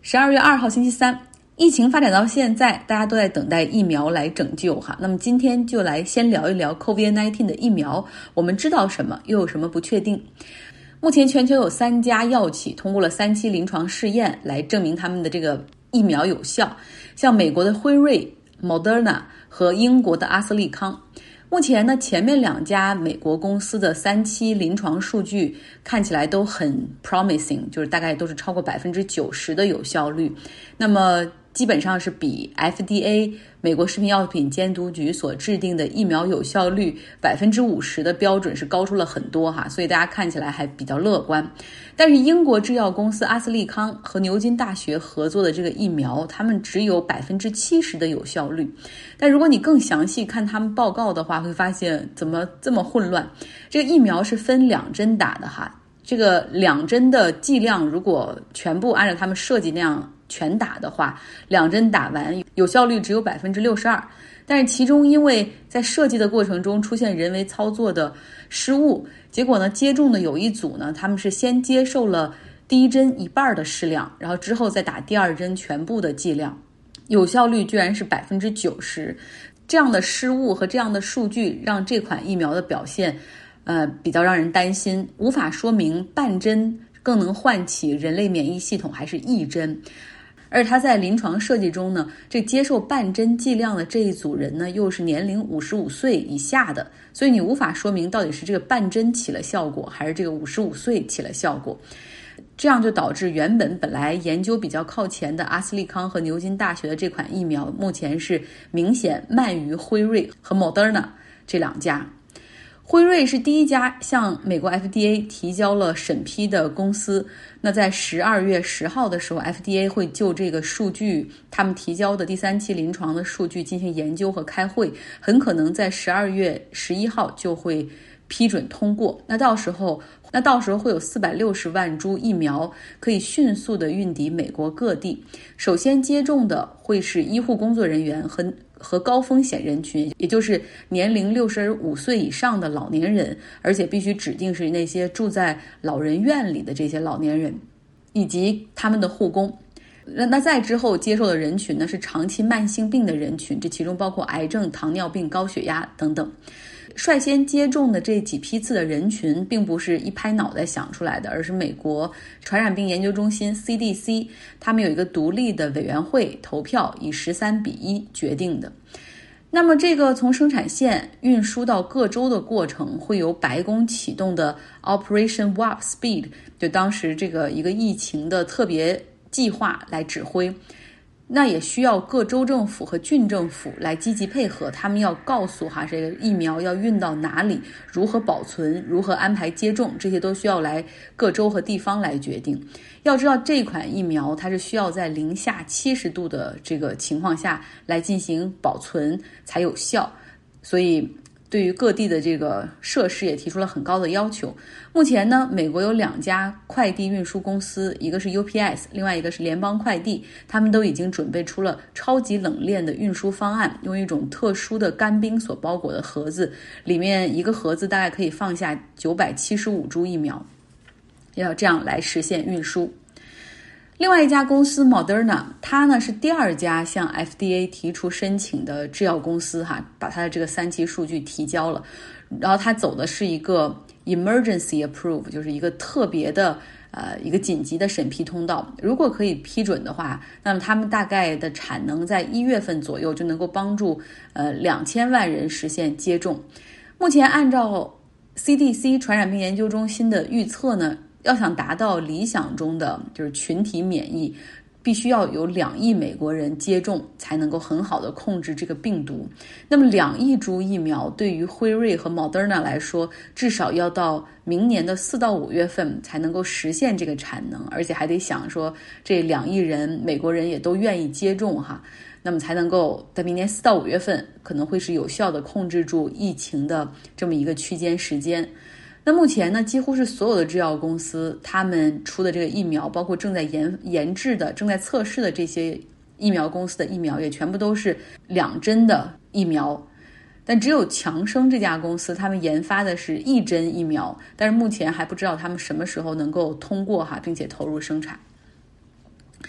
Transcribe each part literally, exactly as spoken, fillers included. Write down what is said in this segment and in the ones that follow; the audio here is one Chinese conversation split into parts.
十二月二号星期三，疫情发展到现在，大家都在等待疫苗来拯救哈。那么今天就来先聊一聊 COVID 十九 的疫苗，我们知道什么，又有什么不确定？目前全球有三家药企通过了三期临床试验来证明他们的这个疫苗有效，像美国的辉瑞、Moderna 和英国的阿斯利康。目前呢，前面两家美国公司的三期临床数据看起来都很 promising， 就是大概都是超过百分之九十的有效率。那么基本上是比 F D A 美国食品药品监督局所制定的疫苗有效率百分之五十的标准是高出了很多哈，所以大家看起来还比较乐观。但是英国制药公司阿斯利康和牛津大学合作的这个疫苗，他们只有百分之七十的有效率。但如果你更详细看他们报告的话，会发现怎么这么混乱？这个疫苗是分两针打的哈，这个两针的剂量如果全部按照他们设计那样全打的话，两针打完有效率只有百分之六十二。但是其中因为在设计的过程中出现人为操作的失误，结果呢，接种的有一组呢，他们是先接受了第一针一半的适量，然后之后再打第二针全部的剂量，有效率居然是百分之九十。这样的失误和这样的数据让这款疫苗的表现，呃，比较让人担心，无法说明半针更能唤起人类免疫系统还是一针。而它在临床设计中呢，这接受半针剂量的这一组人呢，又是年龄五十五岁以下的，所以你无法说明到底是这个半针起了效果，还是这个五十五岁起了效果。这样就导致原本本来研究比较靠前的阿斯利康和牛津大学的这款疫苗，目前是明显慢于辉瑞和 Moderna 这两家。辉瑞是第一家向美国 F D A 提交了审批的公司，那在十二月十号的时候 F D A 会就这个数据，他们提交的第三期临床的数据进行研究和开会，很可能在十二月十一号就会批准通过。那到时候那到时候会有四百六十万株疫苗可以迅速的运抵美国各地，首先接种的会是医护工作人员和和高风险人群，也就是年龄六十五岁以上的老年人，而且必须指定是那些住在老人院里的这些老年人以及他们的护工。那那再之后接受的人群呢，是长期慢性病的人群，这其中包括癌症、糖尿病、高血压等等。率先接种的这几批次的人群并不是一拍脑袋想出来的，而是美国传染病研究中心 C D C 他们有一个独立的委员会投票以十三比一决定的。那么这个从生产线运输到各州的过程会由白宫启动的 Operation Warp Speed， 就当时这个一个疫情的特别计划来指挥。那也需要各州政府和郡政府来积极配合，他们要告诉哈这个疫苗要运到哪里，如何保存，如何安排接种，这些都需要来各州和地方来决定。要知道这款疫苗它是需要在零下七十度的这个情况下来进行保存才有效，所以对于各地的这个设施也提出了很高的要求。目前呢，美国有两家快递运输公司，一个是 U P S， 另外一个是联邦快递，他们都已经准备出了超级冷链的运输方案，用一种特殊的干冰所包裹的盒子，里面一个盒子大概可以放下九百七十五株疫苗，要这样来实现运输。另外一家公司 Moderna， 它呢是第二家向 F D A 提出申请的制药公司哈，把它的这个三期数据提交了，然后它走的是一个 emergency approve， 就是一个特别的呃一个紧急的审批通道。如果可以批准的话，那么他们大概的产能在一月份左右就能够帮助呃两千万人实现接种。目前按照 C D C 传染病研究中心的预测呢，要想达到理想中的就是群体免疫，必须要有两亿美国人接种才能够很好的控制这个病毒。那么两亿株疫苗对于辉瑞和 Moderna 来说，至少要到明年的四到五月份才能够实现这个产能，而且还得想说这两亿人美国人也都愿意接种哈，那么才能够在明年四到五月份可能会是有效的控制住疫情的这么一个区间时间。那目前呢，几乎是所有的制药公司他们出的这个疫苗，包括正在研研制的正在测试的这些疫苗公司的疫苗，也全部都是两针的疫苗。但只有强生这家公司他们研发的是一针疫苗，但是目前还不知道他们什么时候能够通过哈，并且投入生产。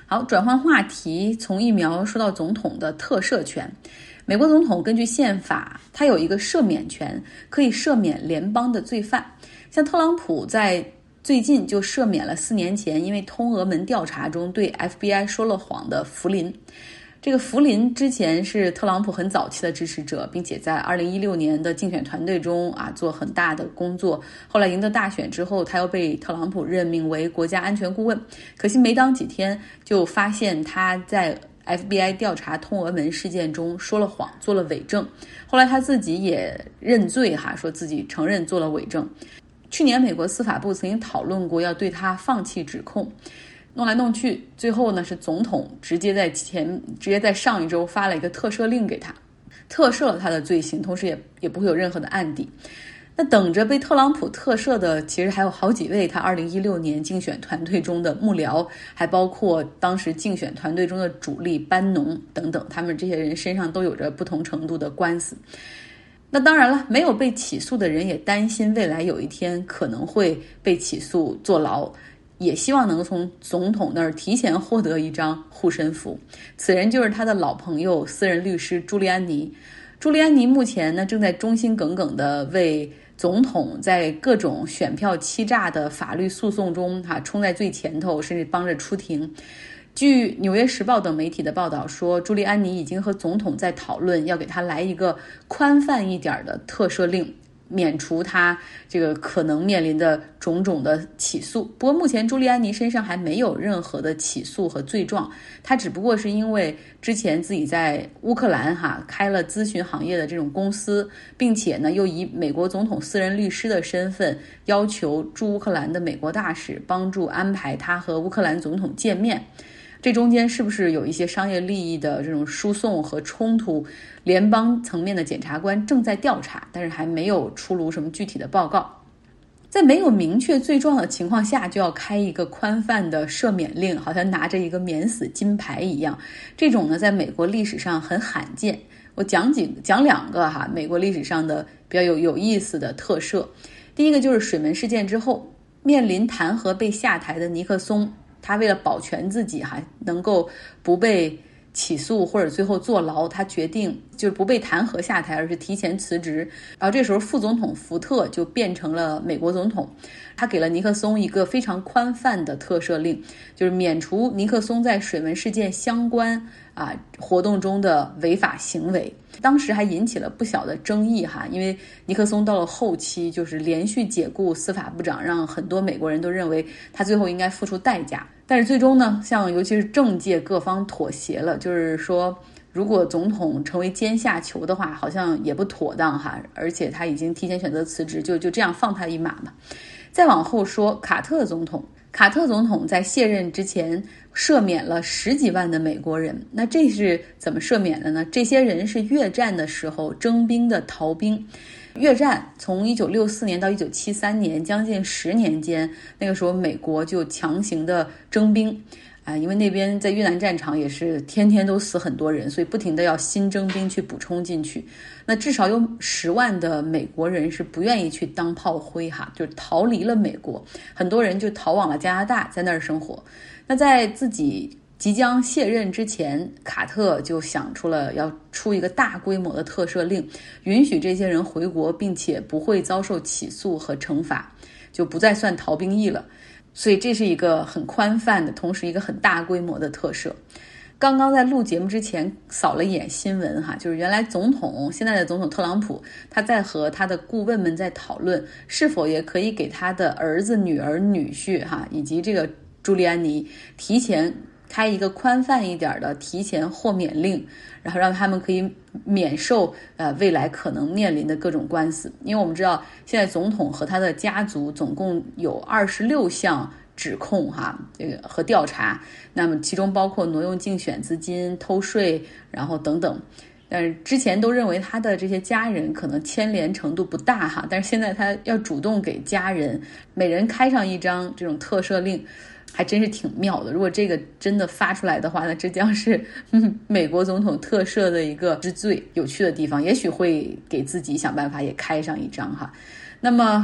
好，转换话题，从疫苗说到总统的特赦权。美国总统根据宪法，他有一个赦免权，可以赦免联邦的罪犯。像特朗普在最近就赦免了四年前因为通俄门调查中对 F B I 说了谎的福林。这个福林之前是特朗普很早期的支持者，并且在二零一六年的竞选团队中啊做很大的工作。后来赢得大选之后，他又被特朗普任命为国家安全顾问。可惜没当几天，就发现他在 F B I 调查通俄门事件中说了谎，做了伪证。后来他自己也认罪哈，说自己承认做了伪证。去年美国司法部曾经讨论过要对他放弃指控。弄来弄去，最后呢是总统直接在前直接在上一周发了一个特赦令给他，特赦了他的罪行，同时也也不会有任何的案底。那等着被特朗普特赦的，其实还有好几位他二零一六年竞选团队中的幕僚，还包括当时竞选团队中的主力班农等等，他们这些人身上都有着不同程度的官司。那当然了，没有被起诉的人也担心未来有一天可能会被起诉坐牢。也希望能从总统那儿提前获得一张护身符。此人就是他的老朋友私人律师朱利安尼。朱利安尼目前呢正在忠心耿耿地为总统在各种选票欺诈的法律诉讼中哈、啊、冲在最前头，甚至帮着出庭。据《纽约时报》等媒体的报道说，朱利安尼已经和总统在讨论要给他来一个宽泛一点的特赦令，免除他这个可能面临的种种的起诉。不过目前朱利安尼身上还没有任何的起诉和罪状，他只不过是因为之前自己在乌克兰哈开了咨询行业的这种公司，并且呢又以美国总统私人律师的身份要求驻乌克兰的美国大使帮助安排他和乌克兰总统见面。这中间是不是有一些商业利益的这种输送和冲突，联邦层面的检察官正在调查，但是还没有出炉什么具体的报告。在没有明确罪状的情况下就要开一个宽泛的赦免令，好像拿着一个免死金牌一样，这种呢在美国历史上很罕见。我讲几讲两个哈美国历史上的比较有有意思的特赦。第一个就是水门事件之后，面临弹劾被下台的尼克松，他为了保全自己还能够不被起诉或者最后坐牢，他决定就是不被弹劾下台，而是提前辞职。然后这时候副总统福特就变成了美国总统，他给了尼克松一个非常宽泛的特赦令，就是免除尼克松在水门事件相关啊活动中的违法行为。当时还引起了不小的争议哈，因为尼克松到了后期就是连续解雇司法部长，让很多美国人都认为他最后应该付出代价。但是最终呢，像尤其是政界各方妥协了，就是说如果总统成为阶下囚的话，好像也不妥当哈，而且他已经提前选择辞职，就就这样放他一马吧。再往后说，卡特总统，卡特总统在卸任之前赦免了十几万的美国人。那这是怎么赦免的呢？这些人是越战的时候征兵的逃兵。越战从一九六四年到一九七三年，将近十年间，那个时候美国就强行的征兵啊，因为那边在越南战场也是天天都死很多人，所以不停的要新征兵去补充进去。那至少有十万的美国人是不愿意去当炮灰哈，就是逃离了美国，很多人就逃往了加拿大，在那儿生活。那在自己即将卸任之前，卡特就想出了要出一个大规模的特赦令，允许这些人回国，并且不会遭受起诉和惩罚，就不再算逃兵役了。所以这是一个很宽泛的，同时一个很大规模的特赦。刚刚在录节目之前扫了一眼新闻哈，就是原来总统现在的总统特朗普，他在和他的顾问们在讨论是否也可以给他的儿子、女儿、女婿哈，以及这个朱利安尼提前开一个宽泛一点的提前豁免令，然后让他们可以免受呃未来可能面临的各种官司。因为我们知道现在总统和他的家族总共有二十六项指控哈，这个和调查，那么其中包括挪用竞选资金、偷税，然后等等。但是之前都认为他的这些家人可能牵连程度不大哈，但是现在他要主动给家人每人开上一张这种特赦令，还真是挺妙的。如果这个真的发出来的话，那这将是、嗯、美国总统特赦的一个之最有趣的地方，也许会给自己想办法也开上一张哈。那么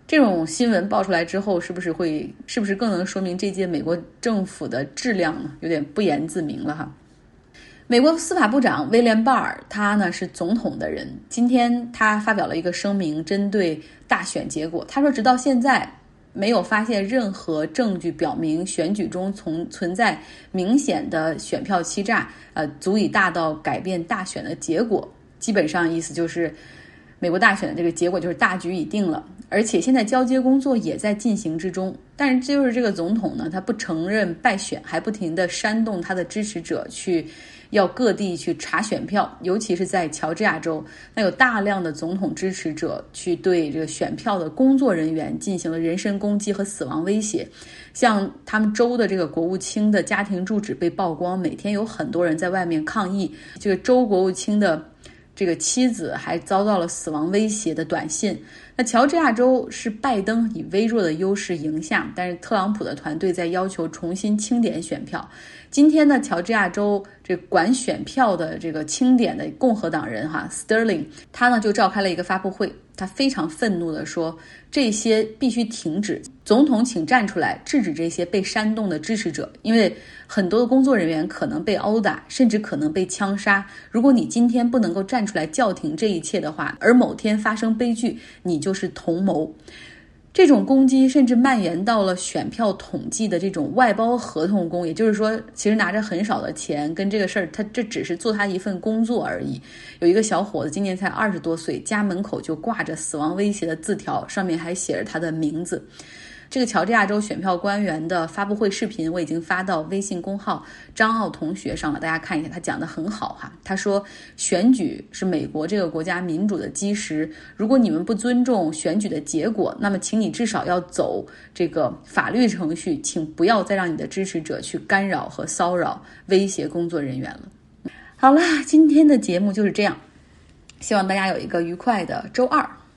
这种新闻爆出来之后，是不是会是不是更能说明这届美国政府的质量呢？有点不言自明了哈。美国司法部长威廉·鲍尔，他呢是总统的人，今天他发表了一个声明，针对大选结果，他说直到现在没有发现任何证据表明选举中从存在明显的选票欺诈，呃，足以大到改变大选的结果。基本上意思就是美国大选的这个结果就是大局已定了，而且现在交接工作也在进行之中。但是就是这个总统呢，他不承认败选，还不停地煽动他的支持者去要各地去查选票，尤其是在乔治亚州，那有大量的总统支持者去对这个选票的工作人员进行了人身攻击和死亡威胁。像他们州的这个国务卿的家庭住址被曝光，每天有很多人在外面抗议，这个州国务卿的这个妻子还遭到了死亡威胁的短信。那乔治亚州是拜登以微弱的优势赢下，但是特朗普的团队在要求重新清点选票。今天呢，乔治亚州这管选票的这个清点的共和党人哈 Sterling， 他呢就召开了一个发布会，他非常愤怒地说，这些必须停止，总统请站出来制止这些被煽动的支持者，因为很多的工作人员可能被殴打，甚至可能被枪杀。如果你今天不能够站出来叫停这一切的话，而某天发生悲剧，你就是同谋。这种攻击甚至蔓延到了选票统计的这种外包合同工，也就是说其实拿着很少的钱跟这个事儿，他这只是做他一份工作而已。有一个小伙子今年才二十多岁，家门口就挂着死亡威胁的字条，上面还写着他的名字。这个乔治亚州选票官员的发布会视频我已经发到微信公号张奥同学上了，大家看一下，他讲得很好哈。他说选举是美国这个国家民主的基石，如果你们不尊重选举的结果，那么请你至少要走这个法律程序，请不要再让你的支持者去干扰和骚扰威胁工作人员了。好了，今天的节目就是这样，希望大家有一个愉快的周二。